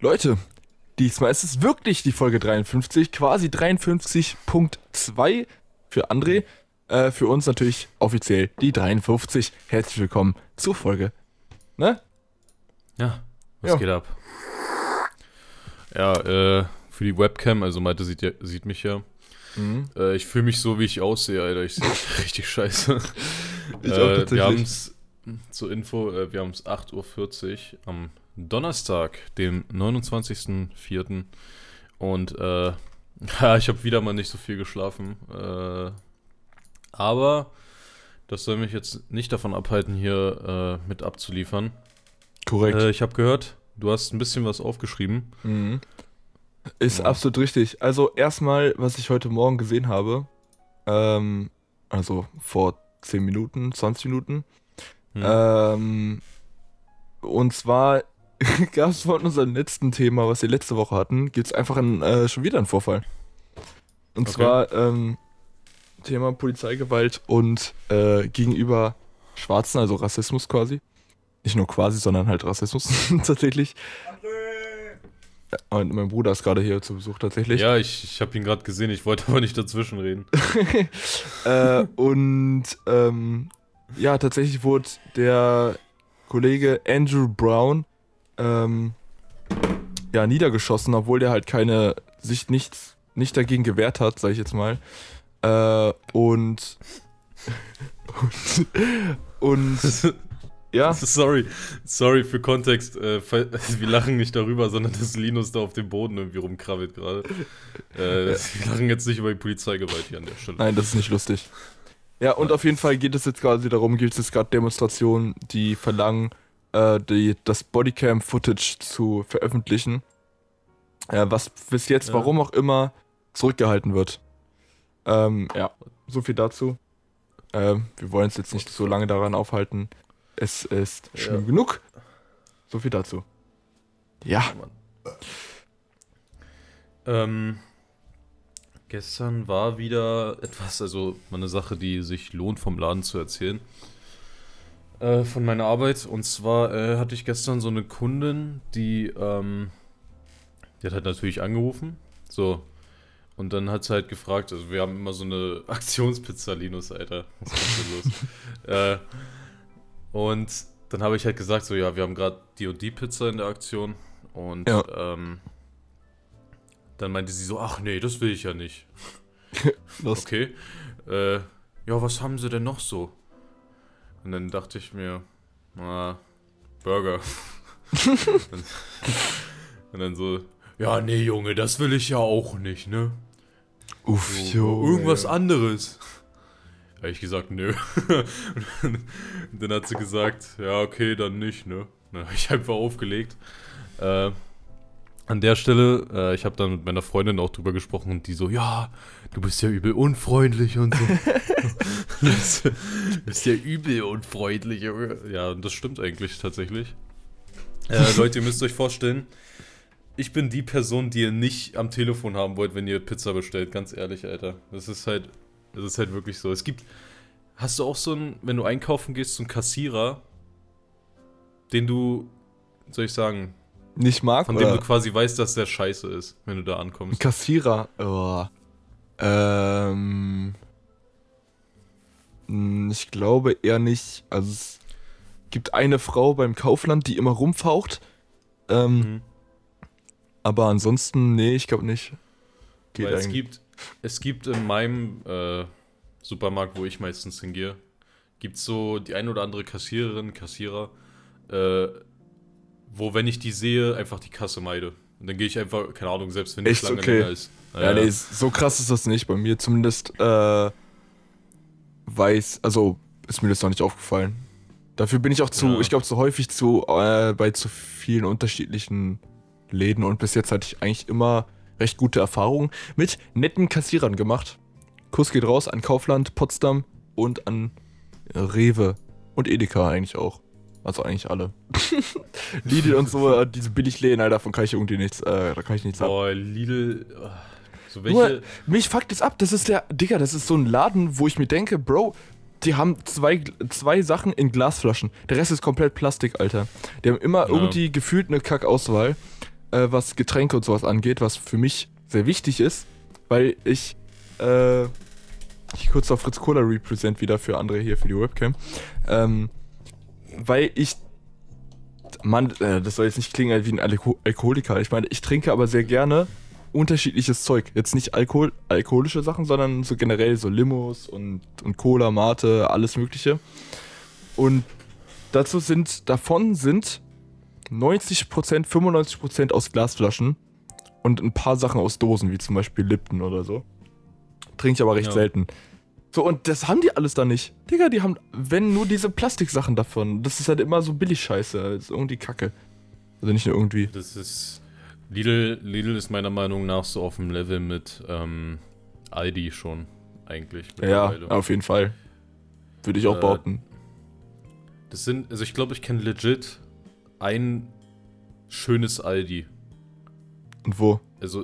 Leute, diesmal ist es wirklich die Folge 53, quasi 53.2 für André. Für uns natürlich offiziell die 53. Herzlich willkommen zur Folge. Ne? Ja, was geht ab? Ja, für die Webcam, also Malte sieht mich ja. Mhm. Ich fühle mich so, wie ich aussehe, Alter. Ich sehe richtig scheiße. Ich auch tatsächlich. Wir haben es, zur Info, wir haben es 8.40 Uhr am Donnerstag, dem 29.04. Und ich habe wieder mal nicht so viel geschlafen. Aber das soll mich jetzt nicht davon abhalten, hier mit abzuliefern. Korrekt. Ich habe gehört, du hast ein bisschen was aufgeschrieben. Mhm. Ist absolut richtig. Also erstmal, was ich heute Morgen gesehen habe, also vor 10 Minuten, 20 Minuten, und zwar gab es von unserem letzten Thema, was wir letzte Woche hatten, gibt es einfach schon wieder einen Vorfall. Und zwar Thema Polizeigewalt und gegenüber Schwarzen, also Rassismus quasi. Nicht nur quasi, sondern halt Rassismus tatsächlich. Und mein Bruder ist gerade hier zu Besuch tatsächlich. Ja, ich habe ihn gerade gesehen, ich wollte aber nicht dazwischen reden. Ja, tatsächlich wurde der Kollege Andrew Brown niedergeschossen, obwohl der halt sich nicht dagegen gewehrt hat, sag ich jetzt mal. Und ja. Sorry für Kontext. Wir lachen nicht darüber, sondern dass Linus da auf dem Boden irgendwie rumkrabbelt gerade. Wir lachen jetzt nicht über die Polizeigewalt hier an der Stelle. Nein, das ist nicht lustig. Ja, und auf jeden Fall geht es jetzt quasi darum, gibt es gerade Demonstrationen, die verlangen, das Bodycam-Footage zu veröffentlichen. Was bis jetzt, warum auch immer, zurückgehalten wird. So viel dazu. Wir wollen uns jetzt nicht so lange daran aufhalten. Es ist schlimm genug. So viel dazu. Ja. Gestern war wieder etwas, also eine Sache, die sich lohnt vom Laden zu erzählen. Von meiner Arbeit. Und zwar hatte ich gestern so eine Kundin, die hat halt natürlich angerufen. So. Und dann hat sie halt gefragt, also wir haben immer so eine Aktionspizza, Linus, Alter. Was ist denn los? Und dann habe ich halt gesagt, so ja, wir haben gerade die und die Pizza in der Aktion. Und dann meinte sie so, ach nee, das will ich ja nicht. Okay. Ja, was haben sie denn noch so? Und dann dachte ich mir, Burger. Und dann so, ja, nee, Junge, das will ich ja auch nicht, ne? Uff, so, irgendwas anderes. Habe ich gesagt, nö. Und dann hat sie gesagt, ja, okay, dann nicht, ne? Dann habe ich einfach aufgelegt. An der Stelle, ich habe dann mit meiner Freundin auch drüber gesprochen und die so, ja, du bist ja übel unfreundlich und so. Du bist ja übel unfreundlich, Junge. Ja, und das stimmt eigentlich tatsächlich. Leute, ihr müsst euch vorstellen, ich bin die Person, die ihr nicht am Telefon haben wollt, wenn ihr Pizza bestellt, ganz ehrlich, Alter. Das ist halt wirklich so. Hast du auch wenn du einkaufen gehst, so einen Kassierer, den du, soll ich sagen, nicht mag, von dem du quasi weißt, dass der scheiße ist, wenn du da ankommst. Ein Kassierer, ich glaube eher nicht. Also es gibt eine Frau beim Kaufland, die immer rumfaucht. Aber ansonsten, nee, ich glaube nicht. Weil es gibt in meinem Supermarkt, wo ich meistens hingehe, gibt es so die ein oder andere Kassierer, wo, wenn ich die sehe, einfach die Kasse meide. Und dann gehe ich einfach, keine Ahnung, selbst wenn die Schlange länger ist. Ja, nee, so krass ist das nicht. Bei mir zumindest ist mir das noch nicht aufgefallen. Dafür bin ich auch ich glaube, zu häufig bei zu vielen unterschiedlichen Läden und bis jetzt hatte ich eigentlich immer recht gute Erfahrungen mit netten Kassierern gemacht. Kuss geht raus an Kaufland, Potsdam und an Rewe und Edeka eigentlich auch. Also eigentlich alle. Lidl und so, diese Billigläden, Alter, davon kann ich irgendwie nichts, da kann ich nichts haben. Boah, Lidl, so welche... Nur, mich fuckt das ab, das ist so ein Laden, wo ich mir denke, Bro, die haben zwei Sachen in Glasflaschen, der Rest ist komplett Plastik, Alter. Die haben immer irgendwie gefühlt eine Kackauswahl. was Getränke und sowas angeht, was für mich sehr wichtig ist, weil ich kurz auf Fritz Cola represent wieder für andere hier für die Webcam, weil ich, Mann, das soll jetzt nicht klingen wie ein Alkoholiker, ich meine, ich trinke aber sehr gerne unterschiedliches Zeug, jetzt nicht alkoholische Sachen, sondern so generell so Limos und Cola, Mate, alles mögliche und davon sind 90%, 95% aus Glasflaschen und ein paar Sachen aus Dosen, wie zum Beispiel Lipton oder so. Trinke ich aber recht selten. So, und das haben die alles da nicht. Digga, die haben, wenn nur diese Plastiksachen davon. Das ist halt immer so Billig-Scheiße. Das ist irgendwie Kacke. Also nicht nur irgendwie. Das ist. Lidl ist meiner Meinung nach so auf dem Level mit Aldi schon, eigentlich. Ja, auf jeden Fall. Würde ich auch behaupten. Also ich glaube, ich kenne legit ein schönes Aldi. Und wo? Also,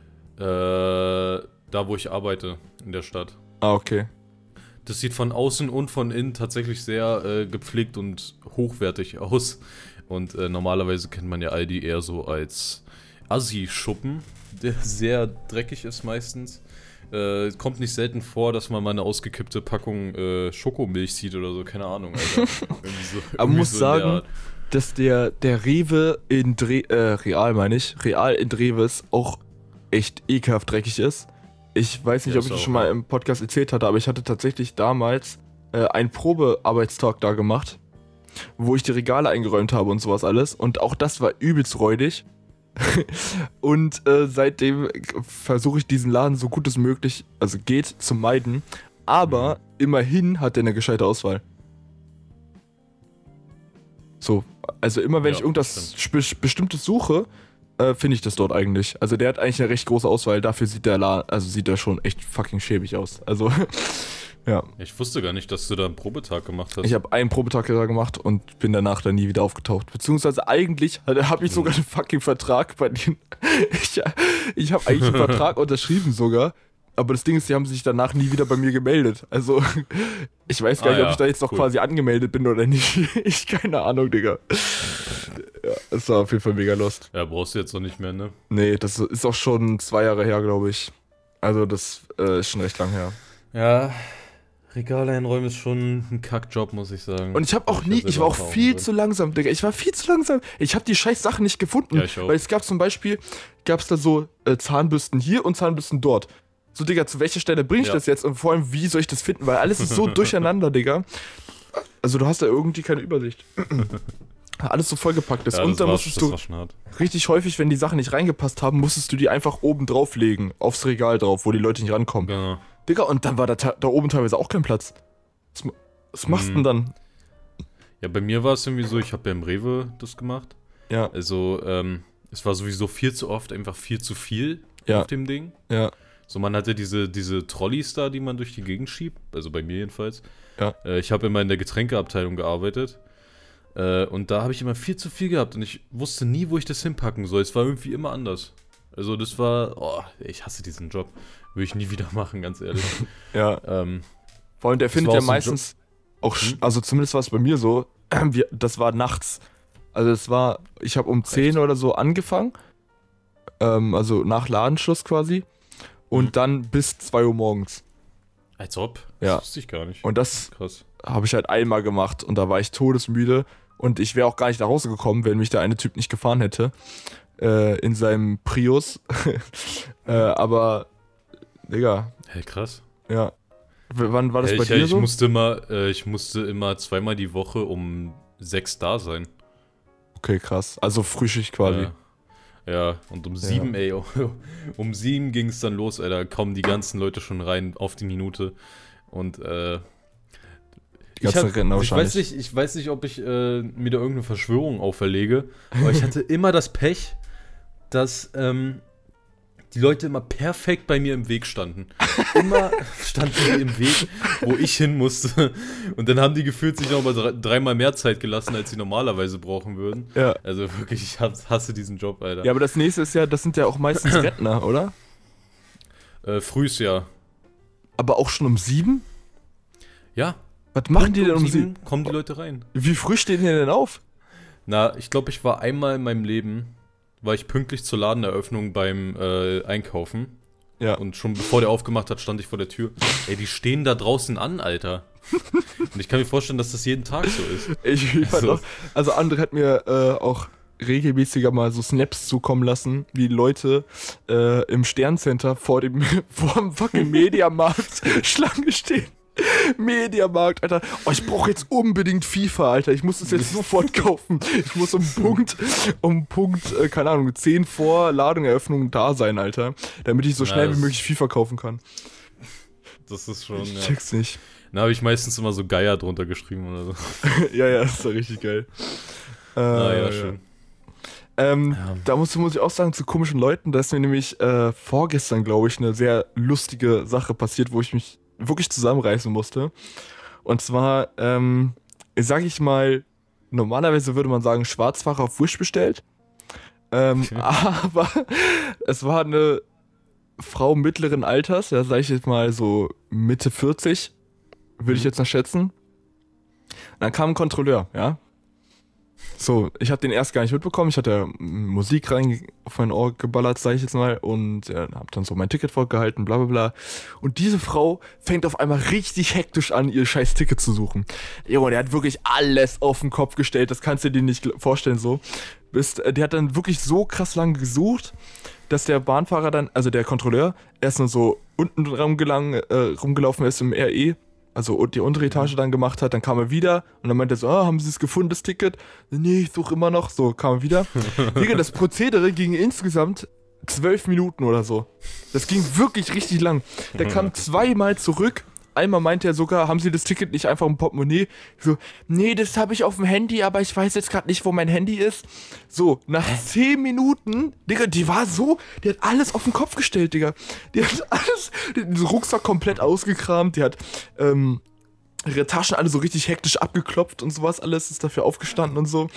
da wo ich arbeite, in der Stadt. Ah, okay. Das sieht von außen und von innen tatsächlich sehr gepflegt und hochwertig aus. Und normalerweise kennt man ja Aldi eher so als Assi-Schuppen, der sehr dreckig ist meistens. Kommt nicht selten vor, dass man mal eine ausgekippte Packung Schokomilch sieht oder so, keine Ahnung, Alter. Aber man muss sagen, dass der Rewe in Real in Dreves auch echt ekelhaft dreckig ist. Ich weiß nicht, ob ich das schon mal im Podcast erzählt hatte, aber ich hatte tatsächlich damals einen Probearbeitstag da gemacht, wo ich die Regale eingeräumt habe und sowas alles. Und auch das war übelst räudig. Und seitdem versuche ich diesen Laden so gut es möglich, also geht, zu meiden. Aber immerhin hat er eine gescheite Auswahl. So, also immer wenn ich irgendwas Bestimmtes suche, finde ich das dort eigentlich. Also der hat eigentlich eine recht große Auswahl. Dafür sieht der schon echt fucking schäbig aus. Also, ja. Ich wusste gar nicht, dass du da einen Probetag gemacht hast. Ich habe einen Probetag da gemacht und bin danach dann nie wieder aufgetaucht. Beziehungsweise eigentlich habe ich sogar einen fucking Vertrag bei denen. Ich habe eigentlich einen Vertrag unterschrieben sogar. Aber das Ding ist, die haben sich danach nie wieder bei mir gemeldet. Also, ich weiß gar nicht, ob ich da jetzt noch quasi angemeldet bin oder nicht. Keine Ahnung, Digga. Ja, das war auf jeden Fall mega lost. Ja, brauchst du jetzt noch nicht mehr, ne? Nee, das ist auch schon 2 Jahre her, glaube ich. Also, das ist schon recht lang her. Ja, Regale einräumen ist schon ein Kackjob, muss ich sagen. Und ich war auch viel zu langsam, Digga. Ich war viel zu langsam. Ich habe die scheiß Sachen nicht gefunden. Ja, ich auch. Weil es gab zum Beispiel, da so Zahnbürsten hier und Zahnbürsten dort. So, Digga, zu welcher Stelle bringe ich das jetzt? Und vor allem, wie soll ich das finden? Weil alles ist so durcheinander, Digga. Also, du hast da irgendwie keine Übersicht. Alles so vollgepackt ist. Ja, und dann musstest du richtig häufig, wenn die Sachen nicht reingepasst haben, musstest du die einfach oben drauflegen. Aufs Regal drauf, wo die Leute nicht rankommen. Genau. Digga, und dann war da oben teilweise auch kein Platz. Was machst du denn dann? Ja, bei mir war es irgendwie so, ich habe ja im Rewe das gemacht. Ja. Also, es war sowieso viel zu oft einfach viel zu viel auf dem Ding. Ja. So, man hatte diese Trolleys da, die man durch die Gegend schiebt. Also bei mir jedenfalls. Ja. Ich habe immer in der Getränkeabteilung gearbeitet. Und da habe ich immer viel zu viel gehabt. Und ich wusste nie, wo ich das hinpacken soll. Es war irgendwie immer anders. Also das war... ich hasse diesen Job. Würde ich nie wieder machen, ganz ehrlich. Ja. Vor allem, der findet ja meistens auch... Also zumindest war es bei mir so. Das war nachts. Also ich habe um 10 oder so angefangen. Also nach Ladenschluss quasi. Und dann bis 2 Uhr morgens. Als ob? Ja. Das wusste ich gar nicht. Und das habe ich halt einmal gemacht und da war ich todesmüde. Und ich wäre auch gar nicht nach Hause gekommen, wenn mich der eine Typ nicht gefahren hätte. In seinem Prius. Aber, Digga. Hey, krass. Ja. Wann war das bei dir so? Ich musste immer 2-mal die Woche um 6 da sein. Okay, krass. Also Frühschicht quasi. Ja, und um 7, um 7 ging es dann los, Alter. Kommen die ganzen Leute schon rein auf die Minute. Und, die ganzen Rennen wahrscheinlich. Ich weiß nicht, ob ich mir da irgendeine Verschwörung auferlege, aber ich hatte immer das Pech, dass die Leute immer perfekt bei mir im Weg standen. Immer standen die im Weg, wo ich hin musste. Und dann haben die gefühlt sich nochmal 3-mal mehr Zeit gelassen, als sie normalerweise brauchen würden. Ja. Also wirklich, ich hasse diesen Job, Alter. Ja, aber das nächste ist ja, das sind ja auch meistens Rentner, oder? Frühs, ja. Aber auch schon um 7? Ja. Was machen die denn um 7? Kommen die Leute rein. Wie früh stehen die denn auf? Na, ich glaube, ich war einmal in meinem Leben war ich pünktlich zur Ladeneröffnung beim Einkaufen. Ja. Und schon bevor der aufgemacht hat, stand ich vor der Tür. Ey, die stehen da draußen an, Alter. Und ich kann mir vorstellen, dass das jeden Tag so ist. Ich fand auch, also André hat mir auch regelmäßiger mal so Snaps zukommen lassen, wie Leute im Sterncenter vor dem fucking Mediamarkt Schlange stehen. Mediamarkt, Alter. Oh, ich brauche jetzt unbedingt FIFA, Alter. Ich muss das jetzt sofort kaufen. Ich muss um Punkt, keine Ahnung, 10 vor Ladung-Eröffnung da sein, Alter. Damit ich so schnell wie möglich FIFA kaufen kann. Das ist schon, Ich check's nicht. Da habe ich meistens immer so Geier drunter geschrieben oder so. ja, ist doch richtig geil. Schön. Da muss ich auch sagen, zu komischen Leuten, da ist mir nämlich vorgestern, glaube ich, eine sehr lustige Sache passiert, wo ich mich wirklich zusammenreißen musste. Und zwar, sag ich mal, normalerweise würde man sagen, Schwarzfahrer auf Wish bestellt. Aber es war eine Frau mittleren Alters, ja, sag ich jetzt mal so Mitte 40, würde ich jetzt noch schätzen. Und dann kam ein Kontrolleur, ja. So, ich habe den erst gar nicht mitbekommen. Ich hatte Musik rein auf mein Ohr geballert, sag ich jetzt mal, und hab dann so mein Ticket vorgehalten, bla bla bla. Und diese Frau fängt auf einmal richtig hektisch an, ihr scheiß Ticket zu suchen. Junge, der hat wirklich alles auf den Kopf gestellt, das kannst du dir nicht vorstellen so. Der hat dann wirklich so krass lange gesucht, dass der Bahnfahrer dann, also der Kontrolleur, erst nur so unten rumgelaufen ist im RE, also die untere Etage dann gemacht hat, dann kam er wieder und dann meinte er so, haben Sie es gefunden, das Ticket? Nee, ich suche immer noch. So, kam er wieder. Digga, das Prozedere ging insgesamt 12 Minuten oder so. Das ging wirklich richtig lang. Der kam zweimal zurück. Einmal meinte er sogar, haben Sie das Ticket nicht einfach im Portemonnaie? Ich so, nee, das habe ich auf dem Handy, aber ich weiß jetzt gerade nicht, wo mein Handy ist. So, nach 10 Minuten, Digga, die hat alles auf den Kopf gestellt, Digga. Die hat den Rucksack komplett ausgekramt, die hat ihre Taschen alle so richtig hektisch abgeklopft und sowas alles, ist dafür aufgestanden und so.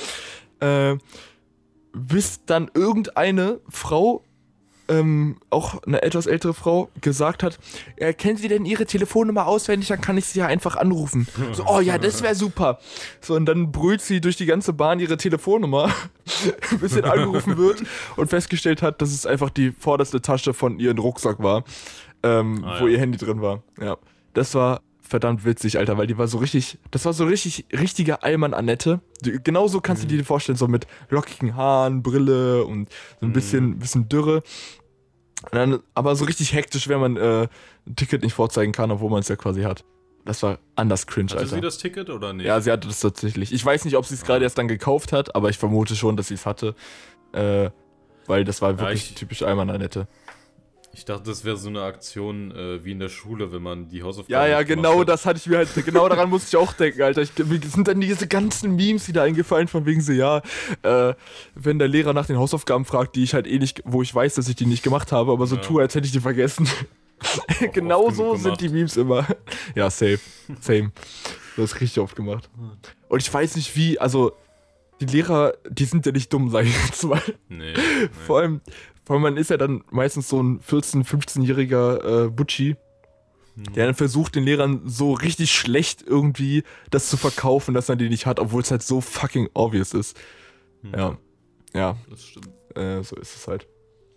Bis dann irgendeine Frau, auch eine etwas ältere Frau, gesagt hat, kennen Sie denn Ihre Telefonnummer auswendig, dann kann ich Sie ja einfach anrufen. So, oh ja, das wäre super. So, und dann brüllt sie durch die ganze Bahn ihre Telefonnummer, bis sie angerufen wird und festgestellt hat, dass es einfach die vorderste Tasche von ihrem Rucksack war, wo ihr Handy drin war. Ja, das war verdammt witzig, Alter, weil das war so richtige Allmann-Annette. Genauso kannst du dir vorstellen, so mit lockigen Haaren, Brille und so ein bisschen Dürre. Und dann, aber so richtig hektisch, wenn man ein Ticket nicht vorzeigen kann, obwohl man es ja quasi hat. Das war anders cringe, Alter. Hatte sie das Ticket oder nicht? Ja, sie hatte das tatsächlich. Ich weiß nicht, ob sie es gerade erst dann gekauft hat, aber ich vermute schon, dass sie es hatte. Weil das war wirklich typisch Allmann-Annette. Ich dachte, das wäre so eine Aktion wie in der Schule, wenn man die Hausaufgaben Ja, genau, das hatte ich mir halt, genau daran musste ich auch denken, Alter. Mir sind dann diese ganzen Memes wieder eingefallen, von wegen so, wenn der Lehrer nach den Hausaufgaben fragt, die ich halt nicht, wo ich weiß, dass ich die nicht gemacht habe, aber so tue, als hätte ich die vergessen. Genau so sind die Memes immer. Ja, same. Du hast richtig oft gemacht. Und ich weiß nicht wie, also, die Lehrer, die sind ja nicht dumm, sag ich jetzt mal. Nee. Vor allem, man ist ja dann meistens so ein 14-, 15-jähriger Butschi, der dann versucht, den Lehrern so richtig schlecht irgendwie das zu verkaufen, dass er die nicht hat, obwohl es halt so fucking obvious ist. Ja. Das stimmt. So ist es halt.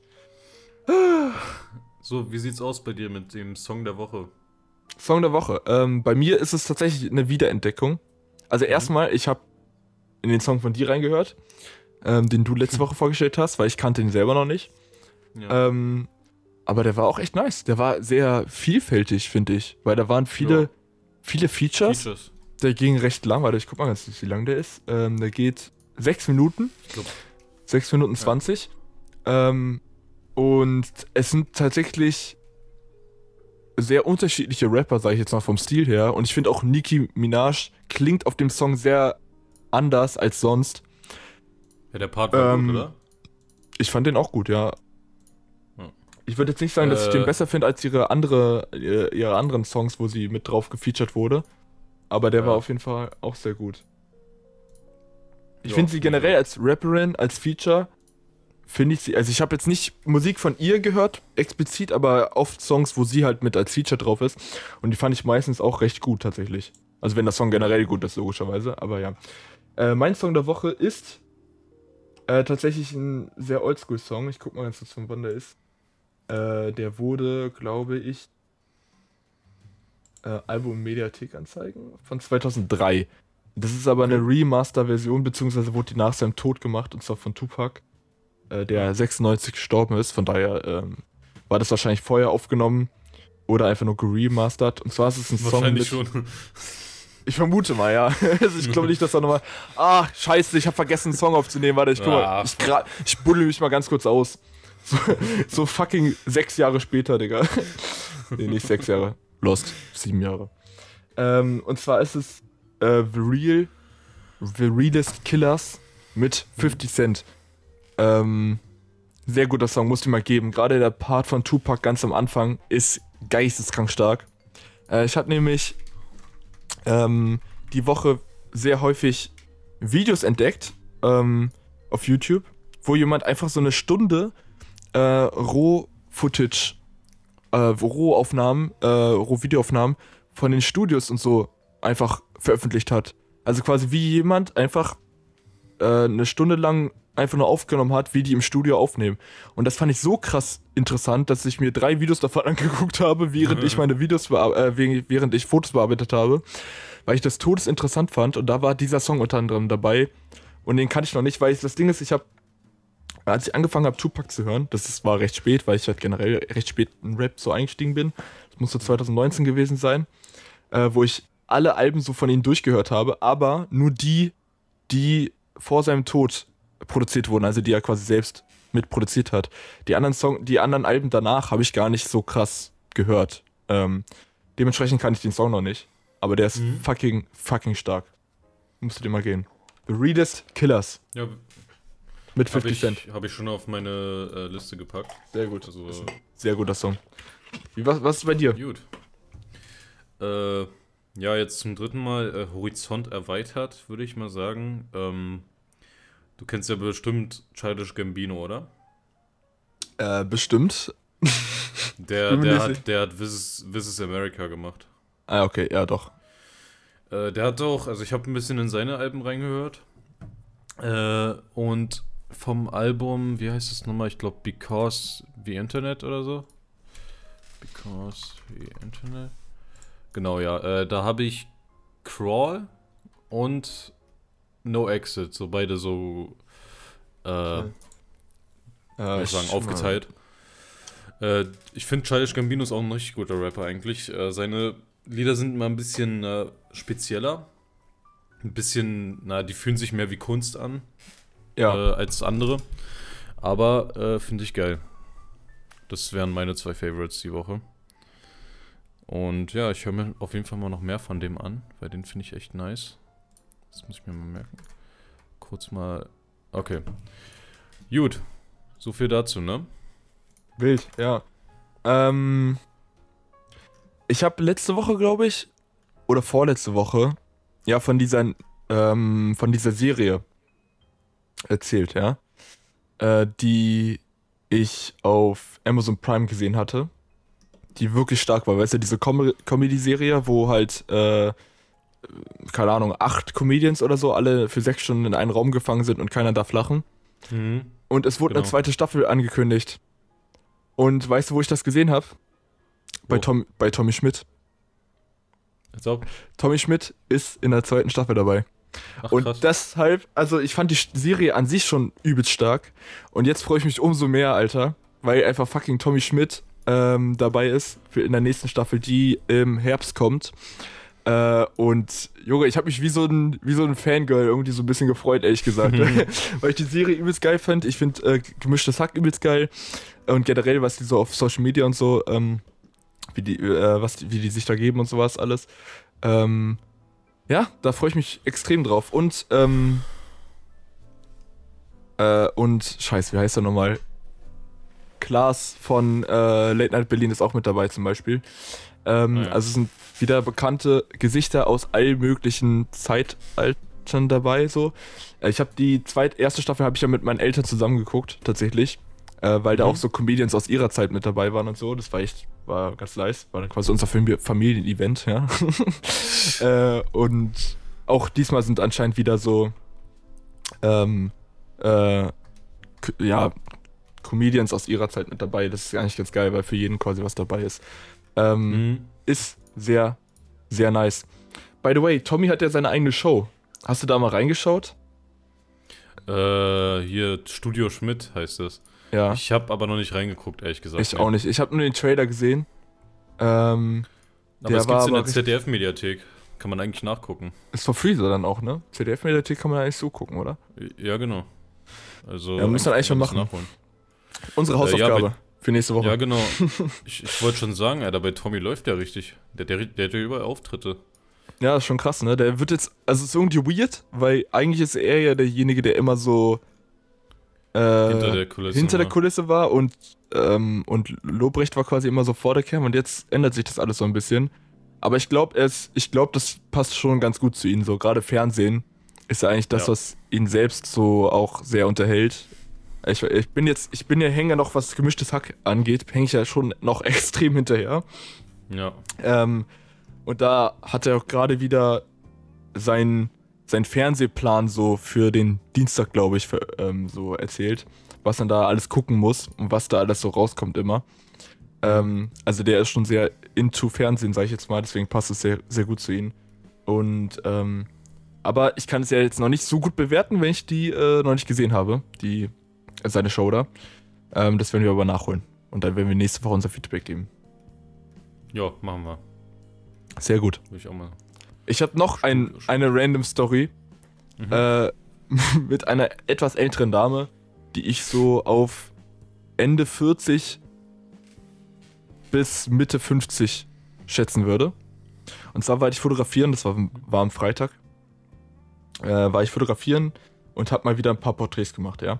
So, wie sieht's aus bei dir mit dem Song der Woche? Song der Woche. Bei mir ist es tatsächlich eine Wiederentdeckung. Also erstmal, ich habe in den Song von dir reingehört, den du letzte Woche vorgestellt hast, weil ich kannte ihn selber noch nicht. Ja. Aber der war auch echt nice. Der war sehr vielfältig, finde ich. Weil da waren viele Features. Der ging recht lang. Warte, ich guck mal ganz, wie lang der ist. Der geht 6 Minuten. Ich glaube 6 Minuten 20. Und es sind tatsächlich sehr unterschiedliche Rapper, sage ich jetzt mal vom Stil her. Und ich finde auch Nicki Minaj klingt auf dem Song sehr anders als sonst. Ja, der Part war gut, oder? Ich fand den auch gut, ja. Ich würde jetzt nicht sagen, dass ich den besser finde als ihre anderen Songs, wo sie mit drauf gefeatured wurde. Aber der war auf jeden Fall auch sehr gut. Ich finde sie generell als Rapperin, als Feature, finde ich sie, also ich habe jetzt nicht Musik von ihr gehört, explizit, aber oft Songs, wo sie halt mit als Feature drauf ist. Und die fand ich meistens auch recht gut tatsächlich. Also wenn der Song generell gut ist, logischerweise, aber ja. Mein Song der Woche ist Tatsächlich ein sehr Oldschool-Song. Ich guck mal ganz kurz, von wann der ist. Der wurde, glaube ich, Album Mediathek anzeigen von 2003. Das ist aber eine Remaster-Version, beziehungsweise wurde die nach seinem Tod gemacht, und zwar von Tupac, der 96 gestorben ist. Von daher war das wahrscheinlich vorher aufgenommen oder einfach nur geremastert. Und zwar ist es ein Song Wahrscheinlich schon. Ich vermute mal, ja. Also ich glaube nicht, dass da nochmal... scheiße, ich habe vergessen, einen Song aufzunehmen. Warte, ich buddel mich mal ganz kurz aus. So fucking 6 Jahre später, Digga. Nee, nicht 6 Jahre. Lost. 7 Jahre. Und zwar ist es The Realest Killers mit 50 Cent. Sehr guter Song, musst du mal geben. Gerade der Part von Tupac ganz am Anfang ist geisteskrank stark. Ich habe nämlich die Woche sehr häufig Videos entdeckt auf YouTube, wo jemand einfach so eine Stunde Roh-Footage, Roh-Videoaufnahmen von den Studios und so einfach veröffentlicht hat. Also quasi wie jemand einfach eine Stunde lang einfach nur aufgenommen hat, wie die im Studio aufnehmen. Und das fand ich so krass interessant, dass ich mir 3 Videos davon angeguckt habe, während ich während ich Fotos bearbeitet habe, weil ich das todesinteressant fand. Und da war dieser Song unter anderem dabei. Und den kannte ich noch nicht, weil das Ding ist, als ich angefangen habe, Tupac zu hören, war recht spät, weil ich halt generell recht spät in Rap so eingestiegen bin. Das muss so 2019 gewesen sein, wo ich alle Alben so von ihm durchgehört habe, aber nur die vor seinem Tod produziert wurden, also die er quasi selbst mitproduziert hat. Die anderen Alben danach habe ich gar nicht so krass gehört. Dementsprechend kann ich den Song noch nicht, aber der ist fucking stark. Musst du dir mal gehen. The Realest Killers. Ja, mit 50 Cent. Habe ich schon auf meine Liste gepackt. Sehr gut. Also, sehr guter Song. Was ist bei dir? Gut. Ja, jetzt zum 3. Mal Horizont erweitert, würde ich mal sagen. Du kennst ja bestimmt Childish Gambino, oder? Bestimmt. Der hat This is America gemacht. Ah, okay, ja, doch. Der hat auch, also ich habe ein bisschen in seine Alben reingehört. Und vom Album, wie heißt es nochmal? Ich glaube Because the Internet oder so. Because the Internet. Genau, ja. Da habe ich Crawl und No Exit, so beide so aufgeteilt. Ich finde Childish Gambino ist auch ein richtig guter Rapper eigentlich. Seine Lieder sind mal ein bisschen spezieller. Ein bisschen, die fühlen sich mehr wie Kunst an als andere. Aber finde ich geil. Das wären meine 2 Favorites die Woche. Und ja, ich höre mir auf jeden Fall mal noch mehr von dem an, weil den finde ich echt nice. Das muss ich mir mal merken. Kurz mal. Okay. Gut. So viel dazu, ne? Wild, ja. Ich habe letzte Woche, glaube ich, oder vorletzte Woche, ja, von dieser Serie erzählt, ja. Die ich auf Amazon Prime gesehen hatte. Die wirklich stark war, weißt du, diese Comedy-Serie, wo halt, keine Ahnung, 8 Comedians oder so, alle für 6 Stunden in einen Raum gefangen sind und keiner darf lachen. Mhm. Und es wurde eine 2. Staffel angekündigt. Und weißt du, wo ich das gesehen habe? Bei Tommy Schmidt. Als ob. Tommy Schmidt ist in der 2. Staffel dabei. Ach, und krass. deshalb, also ich fand die Serie an sich schon übelst stark. Und jetzt freue ich mich umso mehr, Alter, weil einfach fucking Tommy Schmidt dabei ist für in der nächsten Staffel, die im Herbst kommt. Und Junge, ich habe mich wie so ein Fangirl irgendwie so ein bisschen gefreut, ehrlich gesagt. Weil ich die Serie übelst geil fand. Ich finde Gemischtes Hack übelst geil. Und generell, was die so auf Social Media und so, wie die sich da geben und sowas alles. Ja, da freue ich mich extrem drauf. Und scheiße, wie heißt er nochmal? Klaas von Late Night Berlin ist auch mit dabei zum Beispiel. Also es sind wieder bekannte Gesichter aus all möglichen Zeitaltern dabei. So. Ich habe die erste Staffel habe ich ja mit meinen Eltern zusammen geguckt, tatsächlich. Weil da auch so Comedians aus ihrer Zeit mit dabei waren und so. Das war ganz nice. War dann quasi unser Familienevent, ja. Und auch diesmal sind anscheinend wieder so ja, Comedians aus ihrer Zeit mit dabei. Das ist eigentlich ganz geil, weil für jeden quasi was dabei ist. Ist sehr, sehr nice. By the way, Tommy hat ja seine eigene Show. Hast du da mal reingeschaut? Hier Studio Schmidt heißt es. Ja. Ich habe aber noch nicht reingeguckt, ehrlich gesagt. Ich auch nicht. Ich habe nur den Trailer gesehen. Aber es gibt's in der ZDF-Mediathek. Kann man eigentlich nachgucken. Ist for free so dann auch, ne? ZDF-Mediathek kann man eigentlich so gucken, oder? Ja, genau. Also ja, müssen wir eigentlich schon machen. Nachholen. Unsere Hausaufgabe für nächste Woche. Ja, genau. Ich wollte schon sagen, Alter, bei Tommy läuft der richtig. Der hat ja überall Auftritte. Ja, ist schon krass, ne? Der wird jetzt, also es ist irgendwie weird, weil eigentlich ist er ja derjenige, der immer so hinter der Kulisse war und Lobrecht war quasi immer so vor der Cam und jetzt ändert sich das alles so ein bisschen. Aber ich glaube, das passt schon ganz gut zu ihm. So gerade Fernsehen ist ja eigentlich das, was ihn selbst so auch sehr unterhält. Ich bin ja Hänger noch, was gemischtes Hack angeht, hänge ich ja schon noch extrem hinterher. Ja. Und da hat er auch gerade wieder sein Fernsehplan so für den Dienstag, glaube ich, so erzählt, was man da alles gucken muss und was da alles so rauskommt immer. Also der ist schon sehr into Fernsehen, sage ich jetzt mal, deswegen passt es sehr, sehr gut zu ihm. Und aber ich kann es ja jetzt noch nicht so gut bewerten, wenn ich die noch nicht gesehen habe, seine Show da. Das werden wir aber nachholen. Und dann werden wir nächste Woche unser Feedback geben. Ja, machen wir. Sehr gut. Will ich auch mal. Ich habe noch eine random Story mit einer etwas älteren Dame, die ich so auf Ende 40 bis Mitte 50 schätzen würde. Und zwar war ich fotografieren, das war am Freitag, war ich fotografieren und habe mal wieder ein paar Porträts gemacht, ja.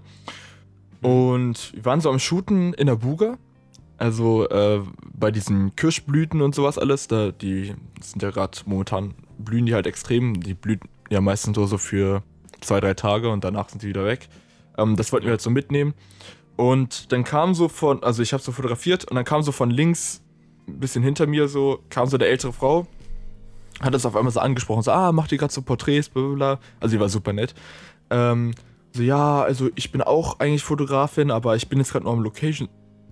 Und wir waren so am Shooten in der Buga, also bei diesen Kirschblüten und sowas alles, die sind ja gerade momentan, blühen die halt extrem, die blühen ja meistens so für 2-3 Tage und danach sind die wieder weg. Das wollten wir halt so mitnehmen. Und dann kam so also ich habe so fotografiert und dann kam so von links, ein bisschen hinter mir so, kam so eine ältere Frau, hat das auf einmal so angesprochen, so, macht die gerade so Porträts, blablabla. Also die war super nett. So, ja, also ich bin auch eigentlich Fotografin, aber ich bin jetzt gerade noch am Location...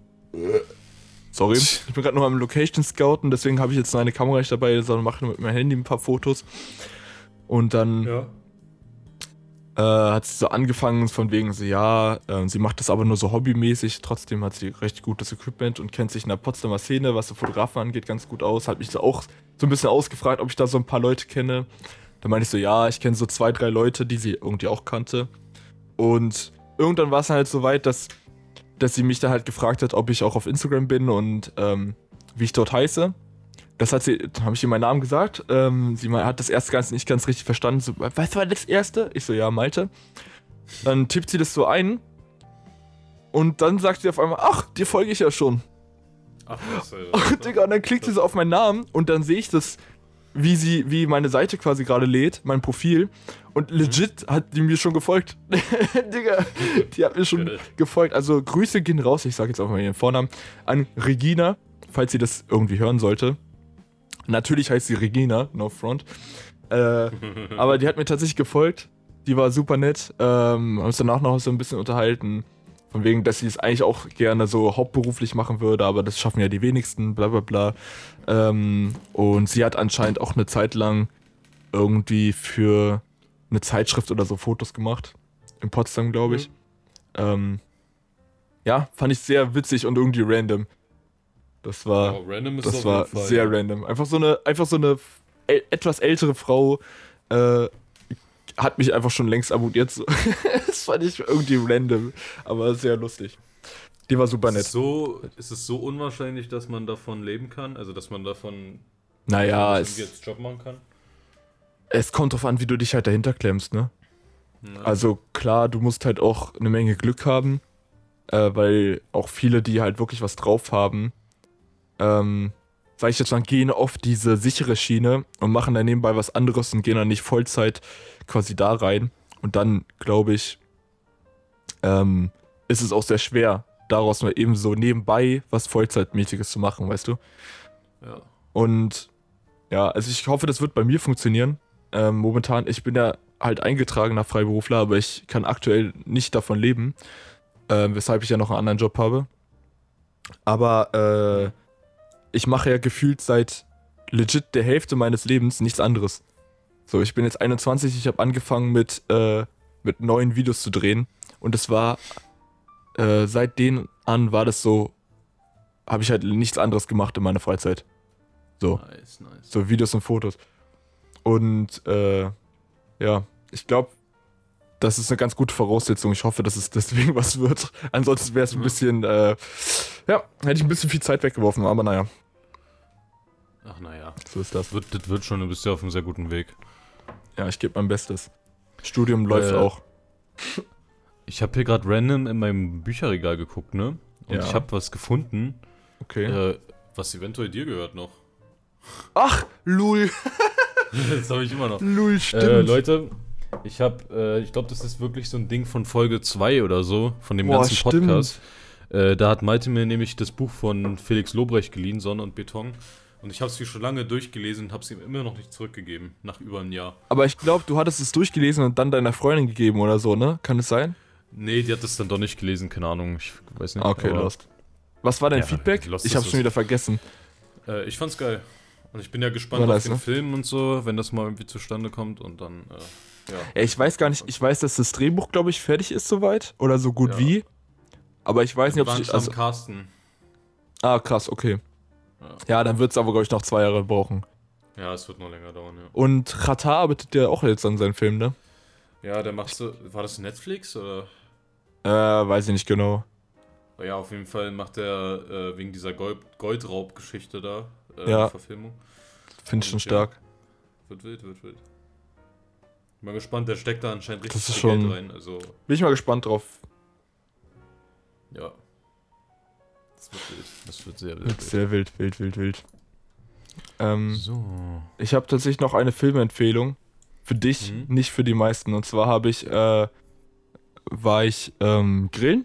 Sorry, ich bin gerade noch am Location Scouten, deswegen habe ich jetzt noch eine Kamera nicht dabei, sondern mache mit meinem Handy ein paar Fotos. Und dann hat sie so angefangen von wegen so, ja, sie macht das aber nur so hobbymäßig, trotzdem hat sie recht gutes Equipment und kennt sich in der Potsdamer Szene, was so Fotografen angeht, ganz gut aus. Hat mich so auch so ein bisschen ausgefragt, ob ich da so ein paar Leute kenne. Da meinte ich so, ja, ich kenne so 2-3 Leute, die sie irgendwie auch kannte. Und irgendwann war es halt so weit, dass sie mich dann halt gefragt hat, ob ich auch auf Instagram bin und wie ich dort heiße. Dann habe ich ihr meinen Namen gesagt. Sie hat das erst nicht ganz richtig verstanden. So, was war das erste? Ich so, ja, Malte. Dann tippt sie das so ein. Und dann sagt sie auf einmal, ach, dir folge ich ja schon. Ach, was, Alter. Digga, und dann klickt sie so auf meinen Namen und dann sehe ich das, wie meine Seite quasi gerade lädt, mein Profil. Und legit hat die mir schon gefolgt. Digga, die hat mir schon gefolgt. Also Grüße gehen raus, ich sage jetzt auch mal ihren Vornamen, an Regina, falls sie das irgendwie hören sollte. Natürlich heißt sie Regina, no front. Aber die hat mir tatsächlich gefolgt. Die war super nett. Haben uns danach noch so ein bisschen unterhalten. Von wegen, dass sie es eigentlich auch gerne so hauptberuflich machen würde, aber das schaffen ja die wenigsten, bla bla bla. Und sie hat anscheinend auch eine Zeit lang irgendwie für eine Zeitschrift oder so Fotos gemacht. In Potsdam, glaube ich. Ja, fand ich sehr witzig und irgendwie random. Das war sehr random. Einfach so eine etwas ältere Frau hat mich einfach schon längst abonniert. So. Das fand ich irgendwie random, aber sehr lustig. Die war super nett. Ist es so unwahrscheinlich, dass man davon leben kann? Also, dass man davon jetzt Job machen kann? Es kommt drauf an, wie du dich halt dahinter klemmst, ne? Ja. Also klar, du musst halt auch eine Menge Glück haben, weil auch viele, die halt wirklich was drauf haben, sag ich jetzt mal, gehen auf diese sichere Schiene und machen dann nebenbei was anderes und gehen dann nicht Vollzeit quasi da rein. Und dann, glaube ich, ist es auch sehr schwer, daraus mal eben so nebenbei was Vollzeitmäßiges zu machen, weißt du? Ja. Und ja, also ich hoffe, das wird bei mir funktionieren. Momentan, ich bin ja halt eingetragener Freiberufler, aber ich kann aktuell nicht davon leben. weshalb ich ja noch einen anderen Job habe. Aber ich mache ja gefühlt seit legit der Hälfte meines Lebens nichts anderes. So, ich bin jetzt 21, ich habe angefangen mit neuen Videos zu drehen. Und es war, seitdem an war das so, habe ich halt nichts anderes gemacht in meiner Freizeit. So, Nice. so Videos und Fotos. Und ja, ich glaube, das ist eine ganz gute Voraussetzung. Ich hoffe, dass es deswegen was wird. Ansonsten wäre es ein bisschen, ja, hätte ich ein bisschen viel Zeit weggeworfen, aber naja. Ach naja. So ist das. Das wird schon, du bist ja auf einem sehr guten Weg. Ja, ich gebe mein Bestes. Studium läuft auch. Ich habe hier gerade random in meinem Bücherregal geguckt, ne? Und Ja. ich habe was gefunden, Okay. was eventuell dir gehört noch. Ach, Lul. Das habe ich immer noch. Lul, stimmt. Leute, ich glaube, das ist wirklich so ein Ding von Folge 2 oder so, von dem Boah, ganzen stimmt. Podcast. Da hat Malte mir nämlich das Buch von Felix Lobrecht geliehen, Sonne und Beton. Und ich habe es schon lange durchgelesen und habe es ihm immer noch nicht zurückgegeben, nach über einem Jahr. Aber ich glaube, du hattest es durchgelesen und dann deiner Freundin gegeben oder so, ne? Kann es sein? Nee, die hat es dann doch nicht gelesen, keine Ahnung, ich weiß nicht. Okay, aber, lost. Was war dein Ja, Feedback? Lost Ich ist hab's schon es. wieder vergessen. Ich fand's geil. Und ich bin ja gespannt War auf nice, den ne? Film und so, wenn das mal irgendwie zustande kommt und dann, ja. Ja, ich weiß gar nicht, ich weiß, dass das Drehbuch, glaube ich, fertig ist soweit. Oder so gut Ja. wie. Aber ich weiß nicht, ob waren es. schon am Casten. Krass, okay. Ja. Ja, dann wird es aber, glaube ich, noch 2 Jahre brauchen. Ja, es wird noch länger dauern, ja. Und Xatar arbeitet ja auch jetzt an seinem Film, ne? Ja, der macht so, war das Netflix oder? Weiß ich nicht genau. Ja, auf jeden Fall macht er wegen dieser Goldraub-Geschichte da, Ja. die Verfilmung. Finde ich schon Und ja. stark. Wird wild. Bin mal gespannt, der steckt da anscheinend richtig Das ist viel schon- Geld rein, also, Bin ich mal gespannt drauf. ja. Das wird wild. Das wird sehr Wird sehr wild. So. Ich habe tatsächlich noch eine Filmempfehlung. Für dich, Mhm. nicht für die meisten. Und zwar war ich grillen.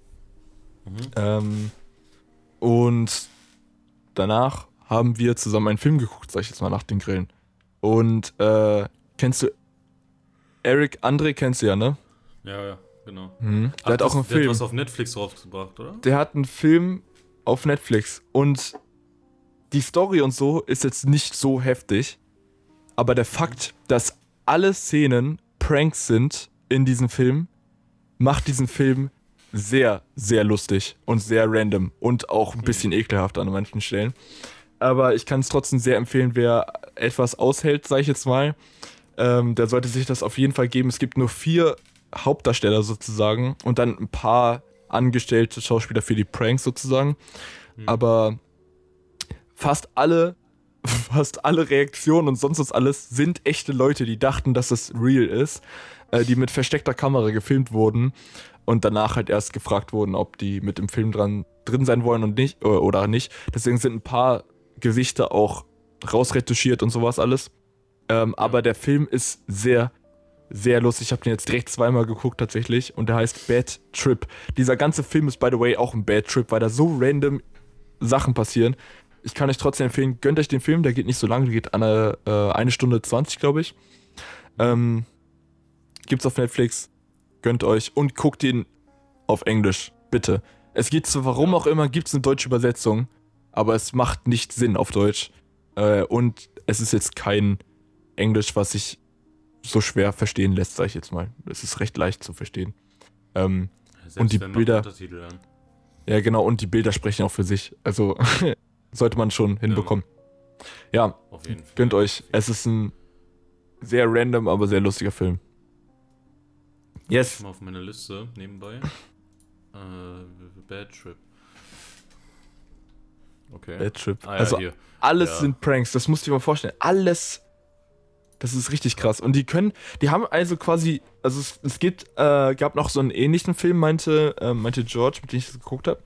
Mhm. Und danach haben wir zusammen einen Film geguckt, sag ich jetzt mal, nach dem Grillen. Und kennst du Eric Andre, kennst du ja, ne? Ja, genau. Der hat auch einen Der hat Film. was auf Netflix rausgebracht, oder? Der hat einen Film auf Netflix. Und die Story und so ist jetzt nicht so heftig. Aber der Fakt, dass alle Szenen Pranks sind in diesem Film, macht diesen Film sehr, sehr lustig und sehr random und auch ein bisschen ekelhaft an manchen Stellen. Aber ich kann es trotzdem sehr empfehlen, wer etwas aushält, sag ich jetzt mal, der sollte sich das auf jeden Fall geben. Es gibt nur 4 Hauptdarsteller sozusagen und dann ein paar angestellte Schauspieler für die Pranks sozusagen. Aber fast alle Reaktionen und sonst was alles sind echte Leute, die dachten, dass es real ist, die mit versteckter Kamera gefilmt wurden und danach halt erst gefragt wurden, ob die mit im Film drin sein wollen und nicht oder nicht. Deswegen sind ein paar Gesichter auch rausretuschiert und sowas alles. Aber der Film ist sehr, sehr lustig. Ich habe den jetzt direkt 2-mal geguckt tatsächlich und der heißt Bad Trip. Dieser ganze Film ist, by the way, auch ein Bad Trip, weil da so random Sachen passieren. Ich kann euch trotzdem empfehlen, gönnt euch den Film, der geht nicht so lange, der geht eine Stunde 20, glaube ich. Gibt's auf Netflix, gönnt euch und guckt ihn auf Englisch, bitte. Es geht zwar, warum auch immer, gibt's eine deutsche Übersetzung, aber es macht nicht Sinn auf Deutsch. Und es ist jetzt kein Englisch, was sich so schwer verstehen lässt, sag ich jetzt mal. Es ist recht leicht zu verstehen. Selbst Und die wenn, macht Bilder- Untertitel an. Ja, genau, und die Bilder sprechen auch für sich. Also sollte man schon hinbekommen. Ja, Auf jeden Fall. gönnt euch. Es ist ein sehr random, aber sehr lustiger Film. Yes. Mal auf meine Liste nebenbei. Bad Trip. Okay. Bad Trip. Ah ja, Also hier. alles Ja. sind Pranks, das musst du dir mal vorstellen. Alles. Das ist richtig krass. Und die haben also quasi, also es gab noch so einen ähnlichen Film, meinte George, mit dem ich das geguckt habe.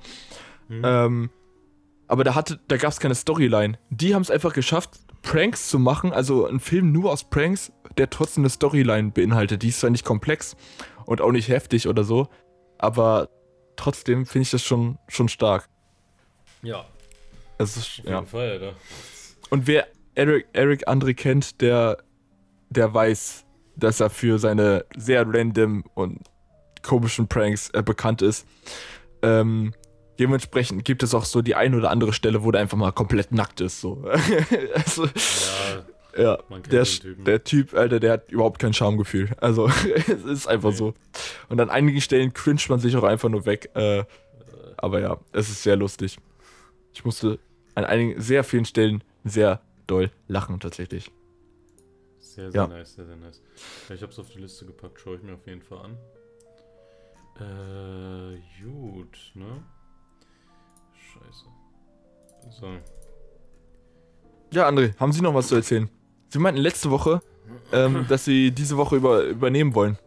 Aber da gab es keine Storyline. Die haben es einfach geschafft, Pranks zu machen, also einen Film nur aus Pranks, der trotzdem eine Storyline beinhaltet. Die ist zwar nicht komplex und auch nicht heftig oder so, aber trotzdem finde ich das schon stark. Ja, Es ist, auf ja. jeden Fall, Alter. Und wer Eric Andre kennt, der weiß, dass er für seine sehr random und komischen Pranks bekannt ist. Dementsprechend gibt es auch so die eine oder andere Stelle, wo der einfach mal komplett nackt ist. So. Also, ja, der Typ, Alter, der hat überhaupt kein Schamgefühl. Also, es ist einfach so. Und an einigen Stellen cringet man sich auch einfach nur weg. Aber ja, es ist sehr lustig. Ich musste an einigen, sehr vielen Stellen sehr doll lachen, tatsächlich. Sehr, sehr nice, sehr, sehr nice. Ja, ich hab's auf die Liste gepackt, schaue ich mir auf jeden Fall an. Gut, ne? Scheiße. So. Ja, André, haben Sie noch was zu erzählen? Sie meinten letzte Woche, dass Sie diese Woche übernehmen wollen.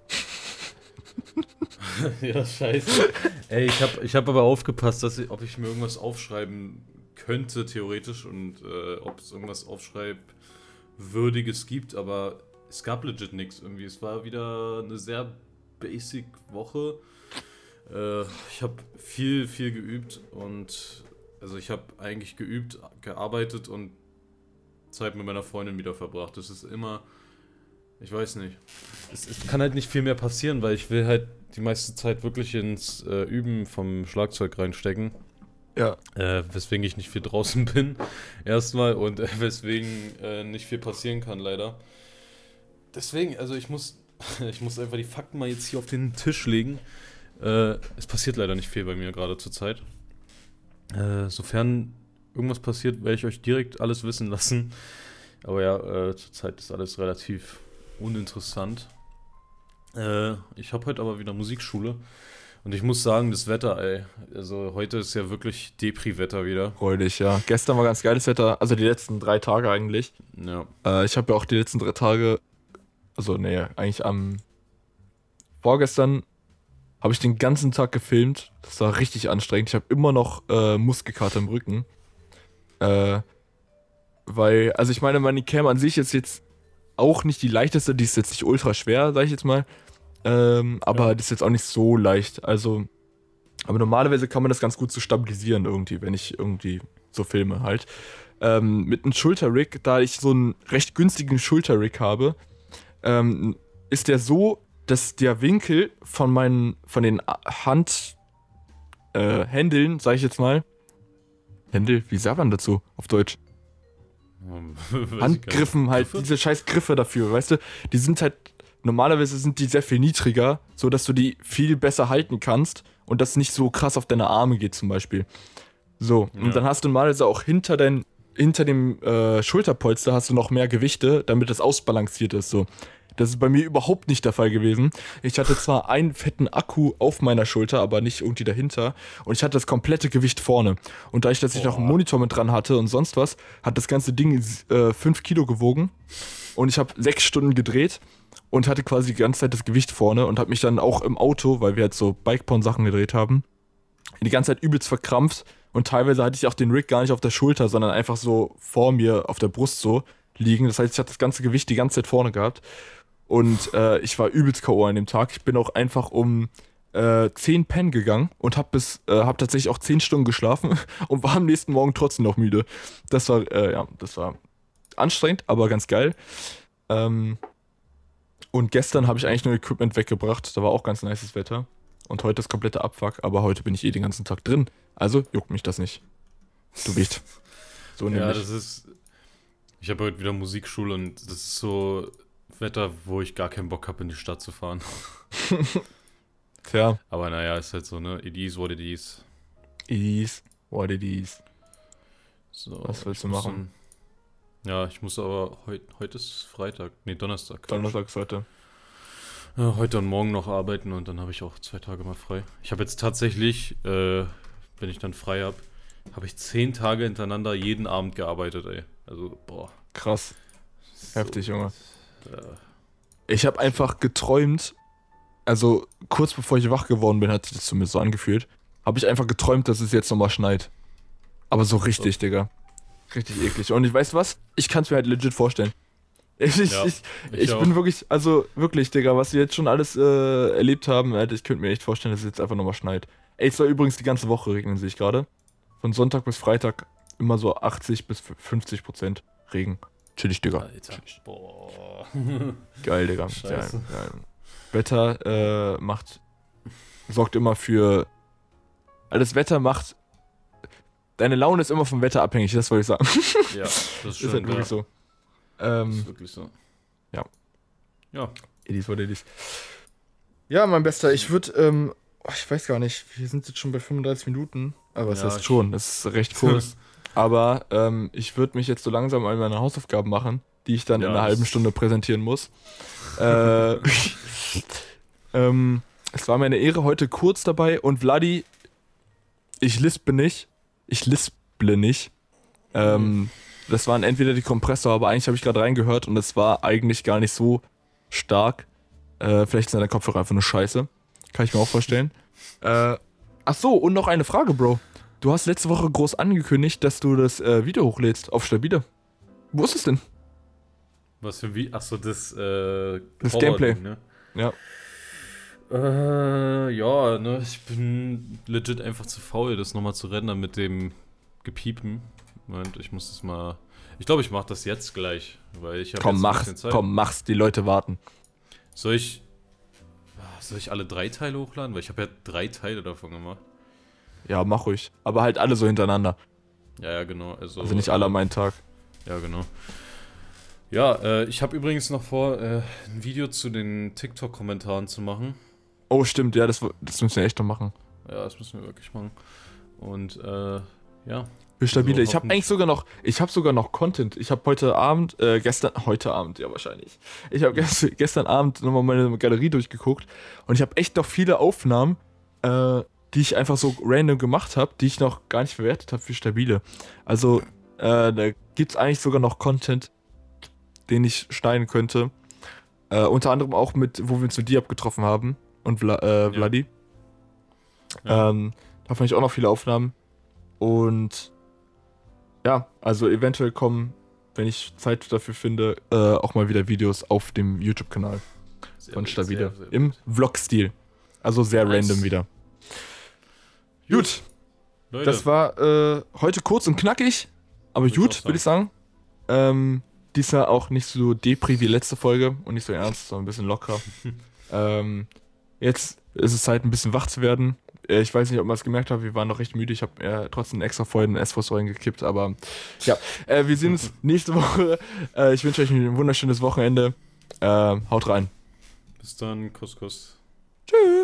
Ja, scheiße. Ey, ich hab aber aufgepasst, ob ich mir irgendwas aufschreiben könnte, theoretisch, und ob es irgendwas Aufschreibwürdiges gibt, aber es gab legit nichts irgendwie. Es war wieder eine sehr basic Woche. Ich habe viel geübt und also ich habe eigentlich geübt, gearbeitet und Zeit mit meiner Freundin wieder verbracht. Das ist immer, ich weiß nicht. Es kann halt nicht viel mehr passieren, weil ich will halt die meiste Zeit wirklich ins Üben vom Schlagzeug reinstecken. Ja. Weswegen ich nicht viel draußen bin, erstmal, und weswegen nicht viel passieren kann, leider. Deswegen, also ich muss einfach die Fakten mal jetzt hier auf den Tisch legen. Es passiert leider nicht viel bei mir gerade zur Zeit. Sofern irgendwas passiert, werde ich euch direkt alles wissen lassen. Aber ja, zurzeit ist alles relativ uninteressant. Ich habe heute aber wieder Musikschule. Und ich muss sagen, das Wetter, ey. Also heute ist ja wirklich Depri-Wetter wieder. Freudig, ja. Gestern war ganz geiles Wetter, also die letzten 3 Tage eigentlich. Ja. Ich habe ja auch die letzten 3 Tage, eigentlich am vorgestern habe ich den ganzen Tag gefilmt. Das war richtig anstrengend. Ich habe immer noch Muskelkater im Rücken. Weil, also ich meine, meine Cam an sich ist jetzt auch nicht die leichteste, die ist jetzt nicht ultra schwer, sag ich jetzt mal. Aber das ist jetzt auch nicht so leicht. Also, aber normalerweise kann man das ganz gut so stabilisieren irgendwie, wenn ich irgendwie so filme halt. Mit einem Schulterrig, da ich so einen recht günstigen Schulterrig habe, ist der so, dass der Winkel von den Händeln, sag ich jetzt mal. Händel, wie sagt man dazu auf Deutsch? Handgriffen halt, diese scheiß Griffe dafür, weißt du? Die sind halt, normalerweise sind die sehr viel niedriger, so dass du die viel besser halten kannst und das nicht so krass auf deine Arme geht zum Beispiel. So, und dann hast du normalerweise auch hinter dem Schulterpolster hast du noch mehr Gewichte, damit das ausbalanciert ist, so. Das ist bei mir überhaupt nicht der Fall gewesen. Ich hatte zwar einen fetten Akku auf meiner Schulter, aber nicht irgendwie dahinter. Und ich hatte das komplette Gewicht vorne. Und dadurch, dass ich noch einen Monitor mit dran hatte und sonst was, hat das ganze Ding 5 Kilo gewogen. Und ich habe 6 Stunden gedreht und hatte quasi die ganze Zeit das Gewicht vorne und habe mich dann auch im Auto, weil wir halt so Bike-Porn-Sachen gedreht haben, die ganze Zeit übelst verkrampft. Und teilweise hatte ich auch den Rig gar nicht auf der Schulter, sondern einfach so vor mir auf der Brust so liegen. Das heißt, ich hatte das ganze Gewicht die ganze Zeit vorne gehabt. Und ich war übelst K.O. an dem Tag. Ich bin auch einfach um 10 pennen gegangen und hab tatsächlich auch 10 Stunden geschlafen und war am nächsten Morgen trotzdem noch müde. Das war anstrengend, aber ganz geil. Und gestern habe ich eigentlich nur Equipment weggebracht. Da war auch ganz nices Wetter. Und heute ist komplette Abfuck, aber heute bin ich den ganzen Tag drin. Also juckt mich das nicht. Du bist. So nämlich. Ja, ich habe heute wieder Musikschule und das ist so Wetter, wo ich gar keinen Bock habe, in die Stadt zu fahren. Tja. Aber naja, ist halt so, ne? It is what it is. It is what it is. So, was willst du machen? Ich muss aber heute ist Freitag. Nee, Donnerstag. Donnerstag ist heute. Ja, heute und morgen noch arbeiten und dann habe ich auch 2 Tage mal frei. Ich habe jetzt tatsächlich, wenn ich dann frei habe ich 10 Tage hintereinander jeden Abend gearbeitet, ey. Also, boah. Krass. Heftig, so, Junge. Ich habe einfach geträumt, also kurz bevor ich wach geworden bin, hat sich das zumindest so angefühlt, habe ich einfach geträumt, dass es jetzt nochmal schneit. Aber so richtig, Digga. Richtig eklig. Und ich weiß was? Ich kann es mir halt legit vorstellen. Ich bin wirklich, also wirklich, Digga, was wir jetzt schon alles erlebt haben, Alter, ich könnte mir echt vorstellen, dass es jetzt einfach nochmal schneit. Ey, es soll übrigens die ganze Woche regnen, sehe ich gerade. Von Sonntag bis Freitag immer so 80% bis 50% Regen. Chillig, Digga. Alter. Chillig. Boah. Geil, Digga. Scheiße. Geil. Wetter macht sorgt immer für... Also das Wetter macht... Deine Laune ist immer vom Wetter abhängig, das wollte ich sagen. Ja, das Ist halt wirklich so. Das ist wirklich so. Ja. Ja. Edis. Ja, mein Bester, ich würde, ich weiß gar nicht, wir sind jetzt schon bei 35 Minuten. Aber das heißt schon, das ist recht kurz. Aber ich würde mich jetzt so langsam an meine Hausaufgaben machen, die ich dann in einer halben Stunde präsentieren muss. Es war mir eine Ehre, heute kurz dabei. Und Vladi, ich lisple nicht. Das waren entweder die Kompressor, aber eigentlich habe ich gerade reingehört und es war eigentlich gar nicht so stark. Vielleicht sind deine Kopfhörer einfach nur scheiße. Kann ich mir auch vorstellen. Ach so, und noch eine Frage, Bro. Du hast letzte Woche groß angekündigt, dass du das Video hochlädst auf Stabile. Wo ist es denn? Was für ein Video? Achso, das Gameplay. Ne? Ja. Ja, ne, ich bin legit einfach zu faul, das nochmal zu rendern mit dem Gepiepen. Moment, ich muss das mal... Ich glaube, ich mache das jetzt gleich, weil ich habe jetzt ein bisschen Zeit. Komm, mach's, die Leute warten. Soll ich alle 3 Teile hochladen? Weil ich habe ja 3 Teile davon gemacht. Ja, mach ruhig. Aber halt alle so hintereinander. Ja, genau. Also nicht alle an meinen Tag. Ja, genau. Ja, ich habe übrigens noch vor, ein Video zu den TikTok-Kommentaren zu machen. Oh, stimmt, ja, das müssen wir echt noch machen. Ja, das müssen wir wirklich machen. Und, ja. Für Stabile. So, ich habe sogar noch Content. Ich habe heute Abend, ja wahrscheinlich. Ich habe gestern Abend nochmal meine Galerie durchgeguckt und ich habe echt noch viele Aufnahmen, die ich einfach so random gemacht habe, die ich noch gar nicht verwertet habe für Stabile. Also, da gibt's eigentlich sogar noch Content, den ich schneiden könnte. Unter anderem auch wo wir uns mit Diab getroffen haben und Vladi. Ja. Da fand ich auch noch viele Aufnahmen. Und ja, also eventuell kommen, wenn ich Zeit dafür finde, auch mal wieder Videos auf dem YouTube-Kanal von Stabile. Im Vlog-Stil. Also sehr random wieder. Gut. Leute. Das war heute kurz und knackig, aber gut, würde ich sagen. Diesmal auch nicht so depri wie letzte Folge und nicht so ernst, sondern ein bisschen locker. Jetzt ist es Zeit, ein bisschen wach zu werden. Ich weiß nicht, ob man es gemerkt hat, wir waren noch recht müde. Ich habe trotzdem extra vorhin einen Espresso reingekippt, aber ja. Wir sehen uns nächste Woche. Ich wünsche euch ein wunderschönes Wochenende. Haut rein. Bis dann, Kuss. Tschüss.